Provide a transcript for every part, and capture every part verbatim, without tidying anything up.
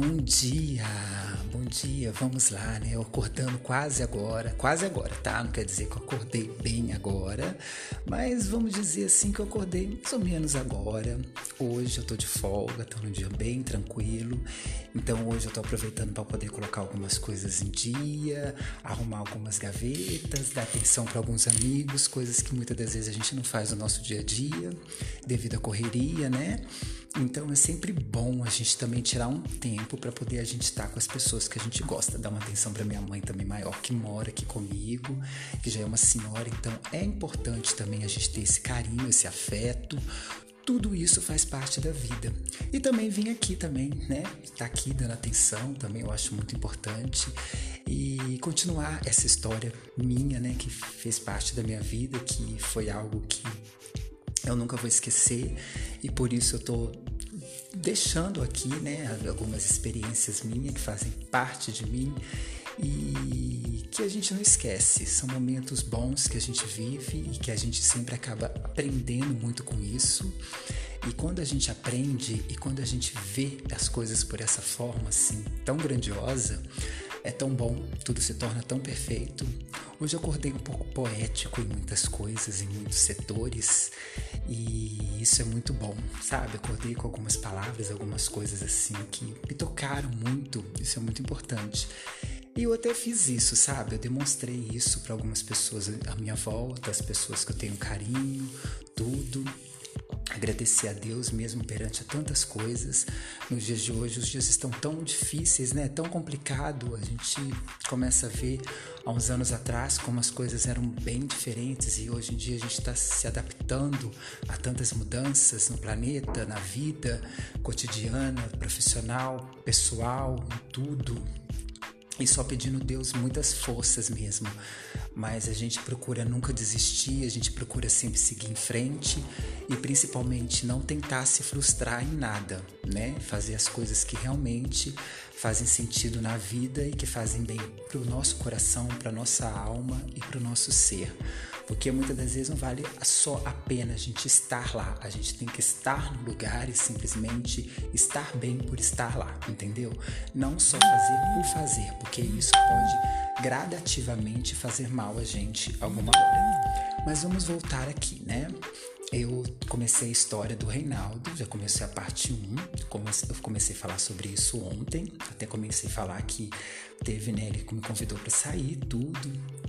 Bom dia, bom dia, vamos lá, né? Eu acordando quase agora, quase agora, tá? Não quer dizer que eu acordei bem agora, mas vamos dizer assim que eu acordei mais ou menos agora. Hoje eu tô de folga, tô num dia bem tranquilo, então hoje eu tô aproveitando para poder colocar algumas coisas em dia, arrumar algumas gavetas, dar atenção para alguns amigos, coisas que muitas das vezes a gente não faz no nosso dia a dia, devido à correria, né? Então é sempre bom a gente também tirar um tempo para poder a gente estar com as pessoas que a gente gosta. Dar uma atenção para minha mãe também maior, que mora aqui comigo, que já é uma senhora. Então é importante também a gente ter esse carinho, esse afeto. Tudo isso faz parte da vida. E também vim aqui também, né? Tá aqui dando atenção também, eu acho muito importante. E continuar essa história minha, né? Que fez parte da minha vida, que foi algo que eu nunca vou esquecer, e por isso eu tô deixando aqui, né, algumas experiências minhas que fazem parte de mim e que a gente não esquece. São momentos bons que a gente vive e que a gente sempre acaba aprendendo muito com isso. E quando a gente aprende e quando a gente vê as coisas por essa forma assim, tão grandiosa, é tão bom, tudo se torna tão perfeito. Hoje eu acordei um pouco poético em muitas coisas, em muitos setores, e isso é muito bom, sabe? Acordei com algumas palavras, algumas coisas assim que me tocaram muito, isso é muito importante. E eu até fiz isso, sabe? Eu demonstrei isso para algumas pessoas à minha volta, as pessoas que eu tenho carinho, tudo. Agradecer a Deus mesmo perante a tantas coisas. Nos dias de hoje os dias estão tão difíceis, né? Tão complicado. A gente começa a ver há uns anos atrás como as coisas eram bem diferentes e hoje em dia a gente está se adaptando a tantas mudanças no planeta, na vida cotidiana, profissional, pessoal, em tudo. E só pedindo a Deus muitas forças mesmo. Mas a gente procura nunca desistir, a gente procura sempre seguir em frente e principalmente não tentar se frustrar em nada, né? Fazer as coisas que realmente fazem sentido na vida e que fazem bem para o nosso coração, para a nossa alma e para o nosso ser. Porque muitas das vezes não vale só a pena a gente estar lá, a gente tem que estar no lugar e simplesmente estar bem por estar lá, entendeu? Não só fazer por fazer, porque isso pode gradativamente fazer mal a gente alguma hora. Mas vamos voltar aqui, né? Eu comecei a história do Reinaldo, já comecei a parte um, eu comecei a falar sobre isso ontem, até comecei a falar que teve, né, ele me convidou para sair, tudo,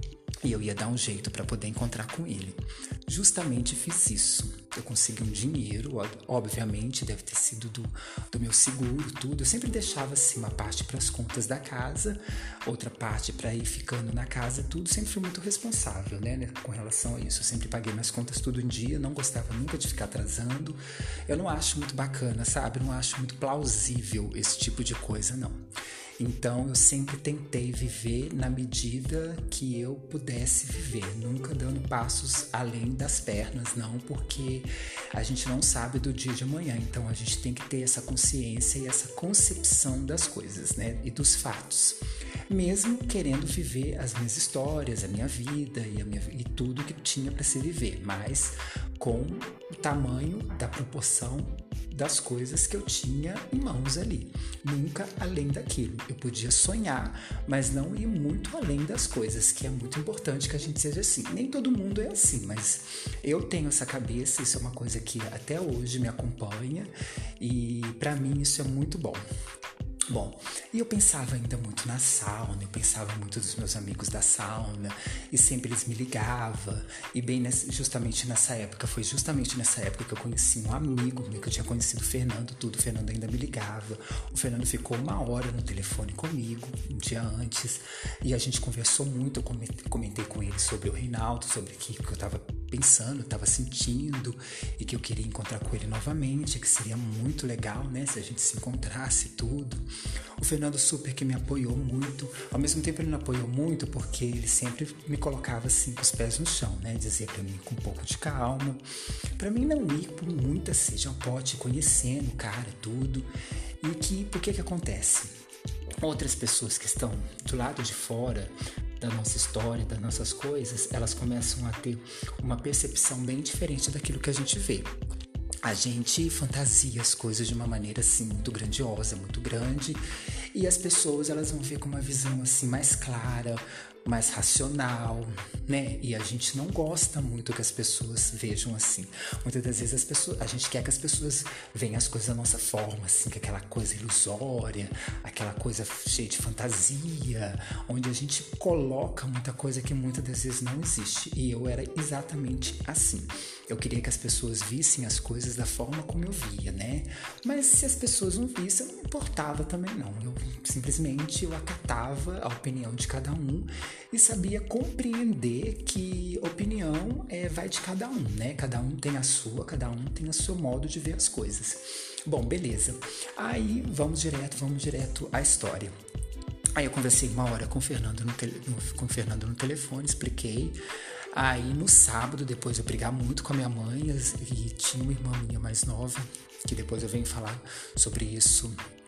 e eu ia dar um jeito para poder encontrar com ele. Justamente fiz isso. Eu consegui um dinheiro, obviamente, deve ter sido do, do meu seguro, tudo. Eu sempre deixava assim uma parte para as contas da casa, outra parte para ir ficando na casa, tudo. Sempre fui muito responsável, né, com relação a isso. Eu sempre paguei minhas contas tudo em dia, não gostava nunca de ficar atrasando. Eu não acho muito bacana, sabe? Eu não acho muito plausível esse tipo de coisa, não. Então eu sempre tentei viver na medida que eu pudesse viver, nunca dando passos além das pernas, não, porque a gente não sabe do dia de amanhã, então a gente tem que ter essa consciência e essa concepção das coisas, né, e dos fatos, mesmo querendo viver as minhas histórias, a minha vida e, a minha, e tudo que tinha para se viver, mas com o tamanho da proporção das coisas que eu tinha em mãos ali, nunca além daquilo. Eu podia sonhar, mas não ir muito além das coisas, que é muito importante que a gente seja assim. Nem todo mundo é assim, mas eu tenho essa cabeça, isso é uma coisa que até hoje me acompanha e para mim isso é muito bom. Bom, e eu pensava ainda muito na sauna, eu pensava muito dos meus amigos da sauna e sempre eles me ligavam e bem nessa, justamente nessa época, foi justamente nessa época que eu conheci um amigo meu, que eu tinha conhecido o Fernando, tudo, o Fernando ainda me ligava, o Fernando ficou uma hora no telefone comigo, um dia antes, e a gente conversou muito, eu comentei, comentei com ele sobre o Reinaldo, sobre o que eu tava pensando, tava sentindo e que eu queria encontrar com ele novamente, que seria muito legal, né, se a gente se encontrasse tudo. O Fernando super que me apoiou muito, ao mesmo tempo ele me apoiou muito porque ele sempre me colocava assim com os pés no chão, né, dizia pra mim com um pouco de calma, pra mim não ir por muita sede ao pote, conhecendo o cara, tudo, e que, por que que acontece? Outras pessoas que estão do lado de fora da nossa história, das nossas coisas, elas começam a ter uma percepção bem diferente daquilo que a gente vê. a gente fantasia as coisas de uma maneira assim muito grandiosa, muito grande, e as pessoas elas vão ver com uma visão assim mais clara, mais racional, né? E a gente não gosta muito que as pessoas vejam assim. Muitas das vezes as pessoas, a gente quer que as pessoas vejam as coisas da nossa forma, assim, que é aquela coisa ilusória, aquela coisa cheia de fantasia, onde a gente coloca muita coisa que muitas das vezes não existe. E eu era exatamente assim. Eu queria que as pessoas vissem as coisas da forma como eu via, né? Mas se as pessoas não vissem, não me importava também não. Eu simplesmente eu acatava a opinião de cada um e sabia compreender que opinião é, vai de cada um, né? Cada um tem a sua, cada um tem o seu modo de ver as coisas. Bom, beleza. Aí vamos direto, vamos direto à história. Aí eu conversei uma hora com o Fernando no, tele, no, com o Fernando no telefone, expliquei. Aí no sábado, depois de eu brigar muito com a minha mãe, e tinha uma irmã minha mais nova, que depois eu venho falar sobre isso.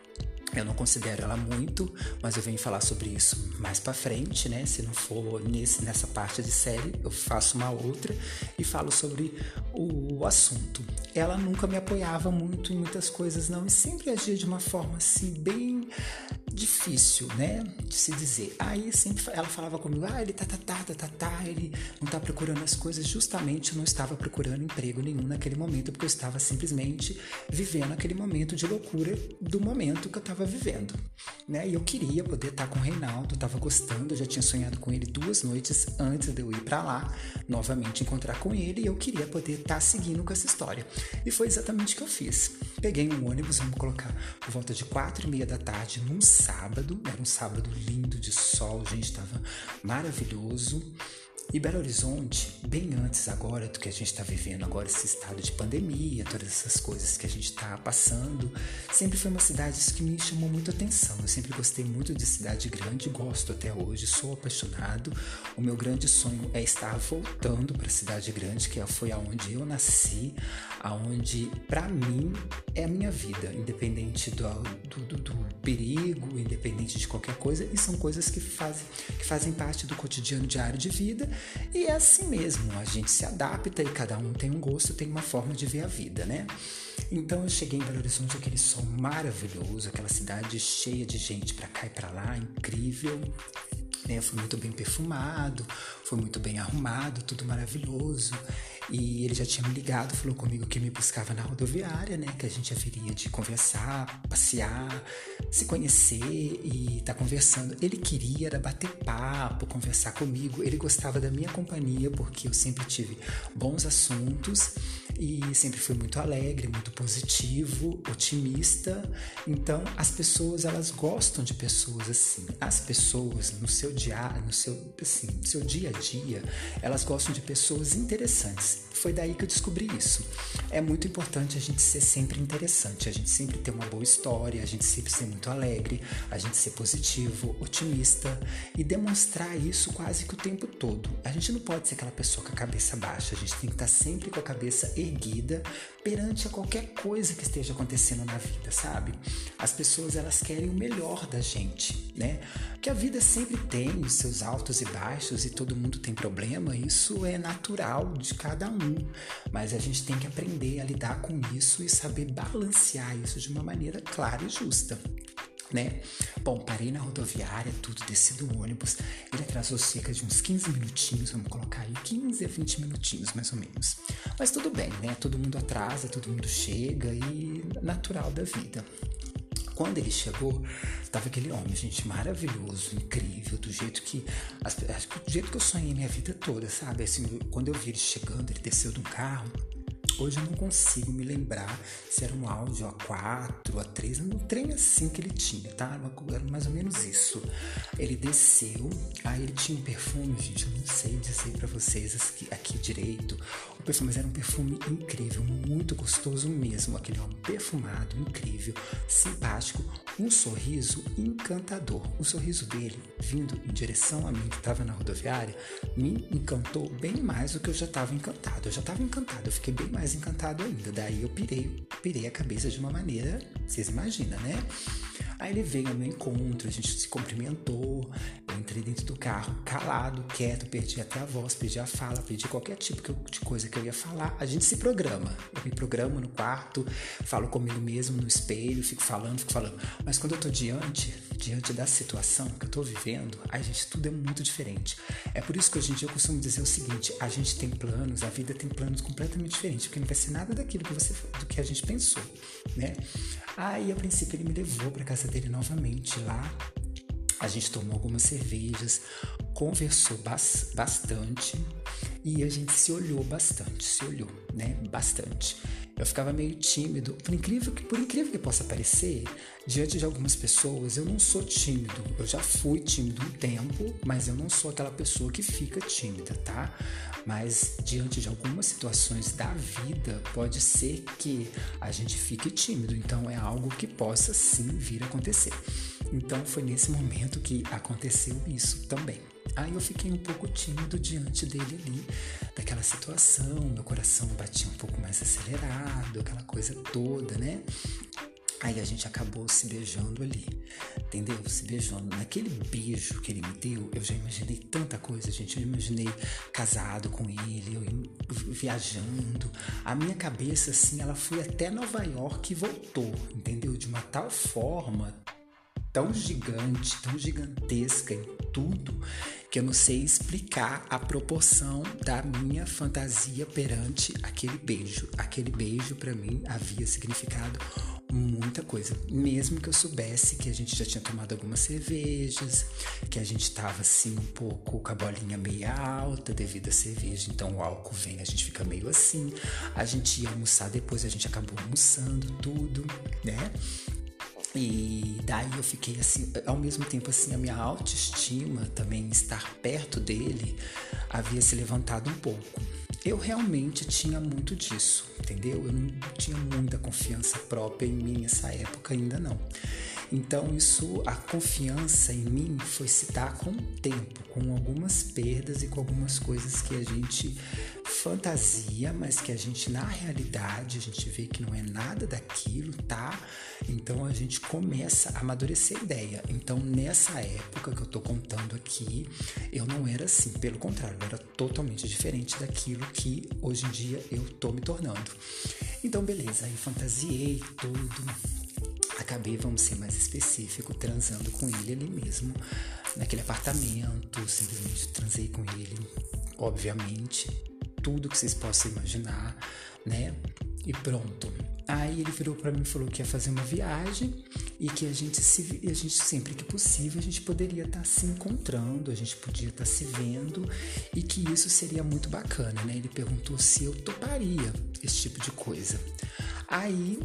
Eu não considero ela muito, mas eu venho falar sobre isso mais pra frente, né? Se não for nesse, nessa parte de série, eu faço uma outra e falo sobre o, o assunto. Ela nunca me apoiava muito em muitas coisas, não, e sempre agia de uma forma assim, bem difícil, né? De se dizer. Aí sempre ela falava comigo, ah, ele tá, tá, tá, tá, tá, tá, ele não tá procurando as coisas. Justamente eu não estava procurando emprego nenhum naquele momento, porque eu estava simplesmente vivendo aquele momento de loucura do momento que eu estava vivendo, né? E eu queria poder estar com o Reinaldo, estava gostando, eu já tinha sonhado com ele duas noites antes de eu ir para lá, novamente encontrar com ele, e eu queria poder estar seguindo com essa história. E foi exatamente o que eu fiz. Peguei um ônibus, vamos colocar, por volta de quatro e meia da tarde, num sábado, era um sábado lindo de sol, gente, estava maravilhoso. E Belo Horizonte, bem antes agora do que a gente está vivendo agora, esse estado de pandemia, todas essas coisas que a gente está passando, sempre foi uma cidade que me chamou muito atenção. Eu sempre gostei muito de cidade grande, gosto até hoje, sou apaixonado. O meu grande sonho é estar voltando para a cidade grande, que foi aonde eu nasci, aonde para mim é a minha vida, independente do, do, do, do perigo, independente de qualquer coisa, e são coisas que fazem, que fazem parte do cotidiano diário de vida. E é assim mesmo, a gente se adapta e cada um tem um gosto, tem uma forma de ver a vida, né? Então eu cheguei em Belo Horizonte, aquele sol maravilhoso, aquela cidade cheia de gente pra cá e pra lá, incrível, né? Foi muito bem perfumado, foi muito bem arrumado, tudo maravilhoso. E ele já tinha me ligado, falou comigo que me buscava na rodoviária, né? Que a gente haveria de conversar, passear, se conhecer e estar tá conversando. Ele queria era bater papo, conversar comigo. Ele gostava da minha companhia, porque eu sempre tive bons assuntos e sempre fui muito alegre, muito positivo, otimista. Então, as pessoas, elas gostam de pessoas assim. As pessoas, no seu dia, no seu, assim, no seu dia a dia, elas gostam de pessoas interessantes. Foi daí que eu descobri isso. É muito importante a gente ser sempre interessante, a gente sempre ter uma boa história, a gente sempre ser muito alegre, a gente ser positivo, otimista e demonstrar isso quase que o tempo todo. A gente não pode ser aquela pessoa com a cabeça baixa, a gente tem que estar sempre com a cabeça erguida perante a qualquer coisa que esteja acontecendo na vida, sabe? As pessoas, elas querem o melhor da gente, né? Que a vida sempre tem os seus altos e baixos e todo mundo tem problema, isso é natural de cada um, mas a gente tem que aprender a lidar com isso e saber balancear isso de uma maneira clara e justa, né? Bom, parei na rodoviária, tudo, desci do ônibus, ele atrasou cerca de uns quinze minutinhos, vamos colocar aí quinze a vinte minutinhos mais ou menos, mas tudo bem, né? Todo mundo atrasa, todo mundo chega e natural da vida. Quando ele chegou, tava aquele homem, gente, maravilhoso, incrível, do jeito que, acho que do jeito que eu sonhei minha vida toda, sabe? Assim, quando eu vi ele chegando, ele desceu de um carro. Hoje eu não consigo me lembrar se era um áudio A quatro, A três, um trem assim que ele tinha, tá? Era mais ou menos isso. Ele desceu, aí ele tinha um perfume, gente, eu não sei dizer pra vocês aqui, aqui direito o perfume, mas era um perfume incrível, muito gostoso mesmo, aquele homem perfumado, incrível, simpático, um sorriso encantador. O sorriso dele, vindo em direção a mim, que estava na rodoviária, me encantou bem mais do que eu já estava encantado. Eu já estava encantado, eu fiquei bem mais encantado ainda. Daí eu pirei, pirei a cabeça de uma maneira, vocês imaginam, né? Aí ele veio ao meu encontro, a gente se cumprimentou, Eu entrei dentro do carro, calado, quieto, perdi até a voz, perdi a fala, perdi qualquer tipo de coisa que eu ia falar. A gente se programa. Eu me programo no quarto, falo comigo mesmo no espelho, fico falando, fico falando. Mas quando eu tô diante, diante da situação que eu tô vivendo, a gente, tudo é muito diferente. É por isso que hoje em dia eu costumo dizer o seguinte: a gente tem planos, a vida tem planos completamente diferentes, porque não vai ser nada daquilo que você, do que a gente pensou, né? Aí, a princípio, ele me levou pra casa dele novamente lá. A gente tomou algumas cervejas, conversou bas- bastante e a gente se olhou bastante, se olhou, né? Bastante. Eu ficava meio tímido, por incrível que, por incrível que possa parecer, diante de algumas pessoas, eu não sou tímido. Eu já fui tímido um tempo, mas eu não sou aquela pessoa que fica tímida, tá? Mas diante de algumas situações da vida, pode ser que a gente fique tímido. Então é algo que possa sim vir a acontecer. Então foi nesse momento que aconteceu isso também. Aí eu fiquei um pouco tímido diante dele ali, daquela situação, meu coração batia um pouco mais acelerado, aquela coisa toda, né? Aí a gente acabou se beijando ali, entendeu? Se beijando. Naquele beijo que ele me deu, eu já imaginei tanta coisa, gente. Eu imaginei casado com ele, eu viajando. A minha cabeça, assim, ela foi até Nova York e voltou, entendeu? De uma tal forma, tão gigante, tão gigantesca em tudo, que eu não sei explicar a proporção da minha fantasia perante aquele beijo. Aquele beijo, pra mim, havia significado muita coisa, mesmo que eu soubesse que a gente já tinha tomado algumas cervejas, que a gente tava assim um pouco com a bolinha meio alta devido à cerveja, então o álcool vem, a gente fica meio assim. A gente ia almoçar depois, a gente acabou almoçando tudo, né? E daí eu fiquei assim, ao mesmo tempo assim, a minha autoestima também, estar perto dele, havia se levantado um pouco. Eu realmente tinha muito disso, entendeu? Eu não tinha muita confiança própria em mim nessa época ainda não. Então isso, a confiança em mim foi se dar com o tempo, com algumas perdas e com algumas coisas que a gente fantasia, mas que a gente na realidade, a gente vê que não é nada daquilo, tá? Então a gente começa a amadurecer a ideia. Então nessa época que eu tô contando aqui, eu não era assim, pelo contrário, eu era totalmente diferente daquilo que hoje em dia eu tô me tornando. Então beleza, aí fantasiei tudo. Acabei, vamos ser mais específico, transando com ele ali mesmo, naquele apartamento, simplesmente transei com ele, obviamente, tudo que vocês possam imaginar, né? E pronto. Aí ele virou pra mim e falou que ia fazer uma viagem e que a gente, se, a gente sempre que possível, a gente poderia estar se encontrando, a gente podia estar se vendo e que isso seria muito bacana, né? Ele perguntou se eu toparia esse tipo de coisa. Aí...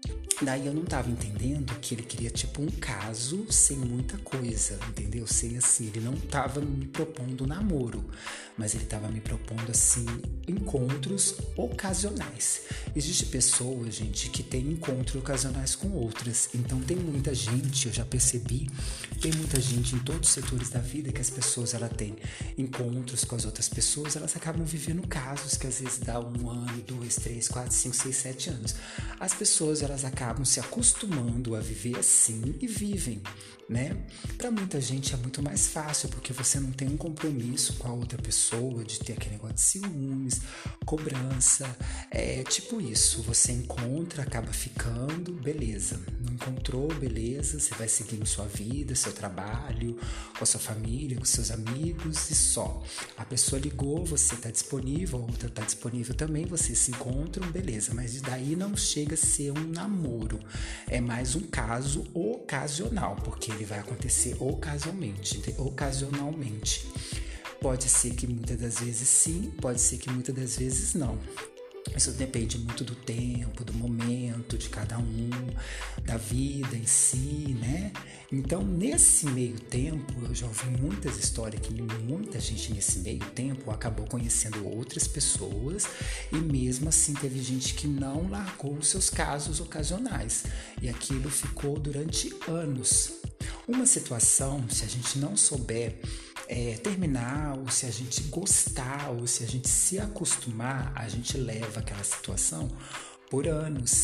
Daí eu não tava entendendo que ele queria tipo um caso sem muita coisa, entendeu? Sem assim, ele não tava me propondo namoro, mas ele tava me propondo assim, encontros ocasionais. Existe pessoas, gente, que tem encontros ocasionais com outras, então tem muita gente, eu já percebi, tem muita gente em todos os setores da vida que as pessoas, ela tem encontros com as outras pessoas, elas acabam vivendo casos que às vezes dá um ano, dois, três, quatro, cinco, seis, sete anos. As pessoas, elas acabam acabam se acostumando a viver assim e vivem, né? Para muita gente é muito mais fácil, porque você não tem um compromisso com a outra pessoa, de ter aquele negócio de ciúmes, cobrança, é tipo isso, você encontra, acaba ficando, beleza, não encontrou, beleza, você vai seguindo sua vida, seu trabalho, com a sua família, com seus amigos e só. A pessoa ligou, você tá disponível, a outra tá disponível também, vocês se encontram, beleza, mas daí não chega a ser um namoro. É mais um caso ocasional, porque ele vai acontecer ocasionalmente, ocasionalmente. Pode ser que muitas das vezes sim, pode ser que muitas das vezes não. Isso depende muito do tempo, do momento de cada um, da vida em si, né? Então, nesse meio tempo, eu já ouvi muitas histórias que muita gente nesse meio tempo acabou conhecendo outras pessoas e mesmo assim teve gente que não largou os seus casos ocasionais e aquilo ficou durante anos. Uma situação, se a gente não souber é, terminar, ou se a gente gostar, ou se a gente se acostumar, a gente leva aquela situação por anos.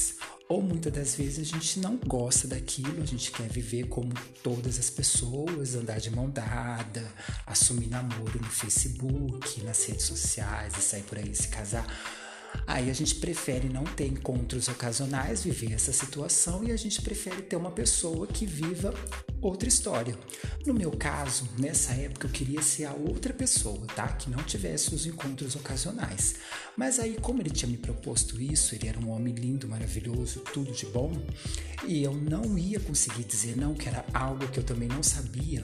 Ou muitas das vezes a gente não gosta daquilo, a gente quer viver como todas as pessoas, andar de mão dada, assumir namoro no Facebook, nas redes sociais e sair por aí se casar. Aí a gente prefere não ter encontros ocasionais, viver essa situação, e a gente prefere ter uma pessoa que viva outra história. No meu caso, nessa época eu queria ser a outra pessoa, tá? Que não tivesse os encontros ocasionais. Mas aí, como ele tinha me proposto isso, ele era um homem lindo, maravilhoso, tudo de bom, e eu não ia conseguir dizer não, que era algo que eu também não sabia.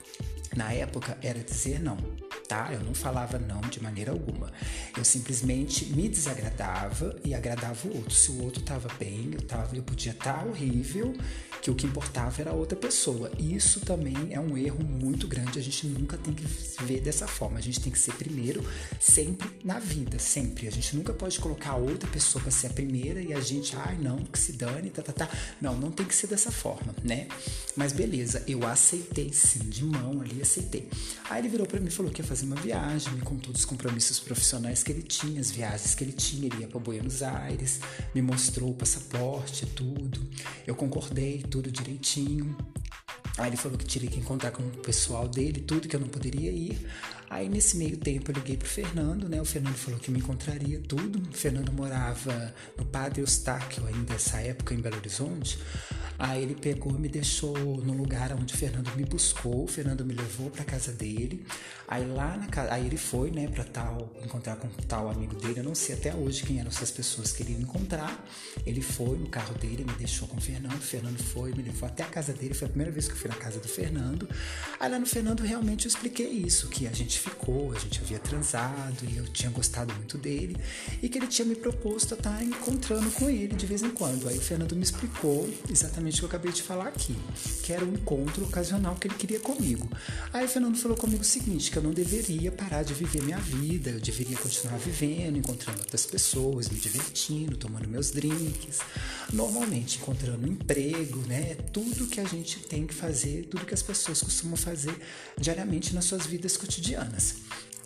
Na época era dizer não, tá? Eu não falava não de maneira alguma. Eu simplesmente me desagradava e agradava o outro. Se o outro estava bem, eu, tava, eu podia estar horrível, que o que importava era a outra pessoa. Isso também é um erro muito grande. A gente nunca tem que ver dessa forma. A gente tem que ser primeiro sempre na vida, sempre. A gente nunca pode colocar a outra pessoa para ser a primeira e a gente, ai, não, que se dane, tá, tá, tá. Não, não tem que ser dessa forma, né? Mas beleza, eu aceitei sim, de mão ali, aceitei. Aí ele virou pra mim e falou que ia fazer uma viagem, me contou dos compromissos profissionais que ele tinha, as viagens que ele tinha, ele ia pra Buenos Aires, me mostrou o passaporte, tudo. Eu concordei, tudo direitinho. Aí ele falou que teria que encontrar com o pessoal dele, tudo, que eu não poderia ir. Aí nesse meio tempo eu liguei pro Fernando, né? O Fernando falou que me encontraria, tudo. O Fernando morava no Padre Eustáquio ainda nessa época em Belo Horizonte. Aí ele pegou e me deixou no lugar onde o Fernando me buscou. O Fernando me levou pra casa dele. Aí lá na casa, aí ele foi, né, pra tal, encontrar com tal amigo dele. Eu não sei até hoje quem eram essas pessoas que ele ia encontrar. Ele foi no carro dele, me deixou com o Fernando. O Fernando foi, me levou até a casa dele. Foi a primeira vez que eu fui na casa do Fernando. Aí lá no Fernando realmente eu expliquei isso, que a gente ficou, a gente havia transado e eu tinha gostado muito dele e que ele tinha me proposto a estar encontrando com ele de vez em quando. Aí o Fernando me explicou exatamente o que eu acabei de falar aqui, que era um encontro ocasional que ele queria comigo. Aí o Fernando falou comigo o seguinte, que eu não deveria parar de viver minha vida, eu deveria continuar vivendo, encontrando outras pessoas, me divertindo, tomando meus drinks, normalmente encontrando um emprego, né? Tudo que a gente tem que fazer, tudo que as pessoas costumam fazer diariamente nas suas vidas cotidianas.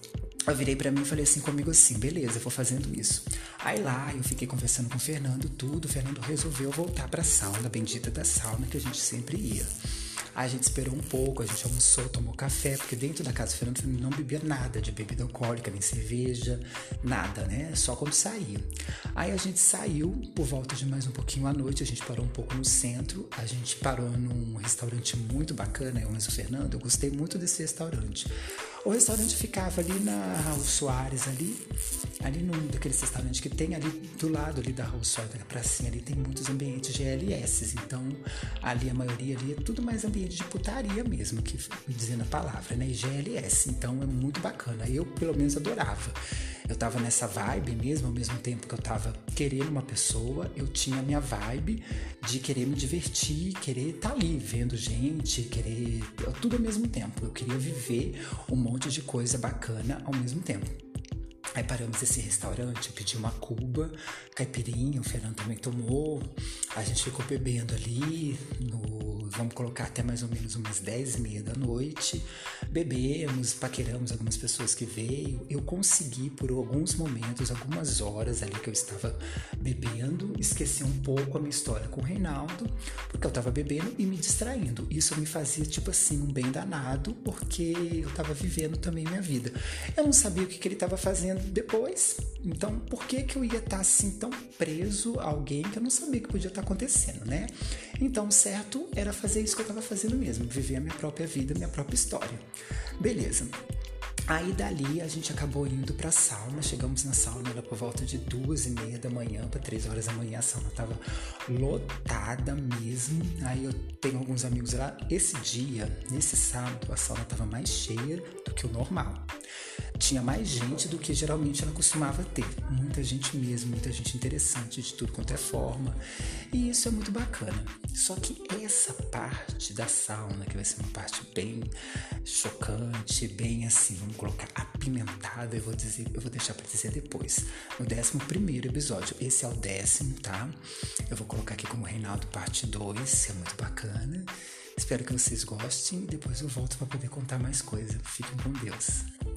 Eu virei pra mim e falei assim comigo assim, beleza, eu vou fazendo isso. Aí lá eu fiquei conversando com o Fernando, tudo, o Fernando resolveu voltar pra sauna, bendita da sauna que a gente sempre ia. Aí a gente esperou um pouco, a gente almoçou, tomou café, porque dentro da casa do Fernando não bebia nada de bebida alcoólica, nem cerveja, nada, né? Só quando saía. Aí a gente saiu por volta de mais um pouquinho à noite, a gente parou um pouco no centro, a gente parou num restaurante muito bacana, eu, mas o Fernando, eu gostei muito desse restaurante. O restaurante ficava ali na Raul Soares, ali, ali num daqueles restaurantes que tem ali do lado ali da Raul Soares, da pracinha ali, tem muitos ambientes G L S, então ali a maioria ali é tudo mais ambiente de putaria mesmo, que dizendo a palavra, né, G L S, então é muito bacana, eu pelo menos adorava. Eu tava nessa vibe mesmo, ao mesmo tempo que eu tava querendo uma pessoa, eu tinha a minha vibe de querer me divertir, querer estar ali, vendo gente, querer... tudo ao mesmo tempo. Eu queria viver um monte de coisa bacana ao mesmo tempo. Aí paramos nesse restaurante, eu pedi uma cuba, caipirinha, o Fernando também tomou, a gente ficou bebendo ali, no, vamos colocar até mais ou menos umas dez e meia da noite, bebemos, paqueramos algumas pessoas que veio, eu consegui por alguns momentos, algumas horas ali que eu estava bebendo, esquecer um pouco a minha história com o Reinaldo, porque eu estava bebendo e me distraindo, isso me fazia tipo assim um bem danado, porque eu estava vivendo também minha vida, eu não sabia o que, que ele estava fazendo depois, então por que que eu ia estar assim tão preso a alguém que eu não sabia que podia estar acontecendo, né? Então o certo era fazer isso que eu estava fazendo mesmo, viver a minha própria vida, minha própria história. Beleza. Aí dali a gente acabou indo pra sauna, chegamos na sauna, era por volta de duas e meia da manhã para três horas da manhã, a sauna tava lotada mesmo, aí eu tenho alguns amigos lá, esse dia, nesse sábado, a sauna tava mais cheia do que o normal, tinha mais gente do que geralmente ela costumava ter, muita gente mesmo, muita gente interessante de tudo quanto é forma, e isso é muito bacana, só que essa parte da sauna, que vai ser uma parte bem chocante, bem assim, vamos colocar apimentada, eu vou dizer, eu vou deixar pra dizer depois, no décimo primeiro episódio, esse é o décimo, tá? Eu vou colocar aqui como Reinaldo parte dois, que é muito bacana, espero que vocês gostem e depois eu volto pra poder contar mais coisa, fiquem com Deus.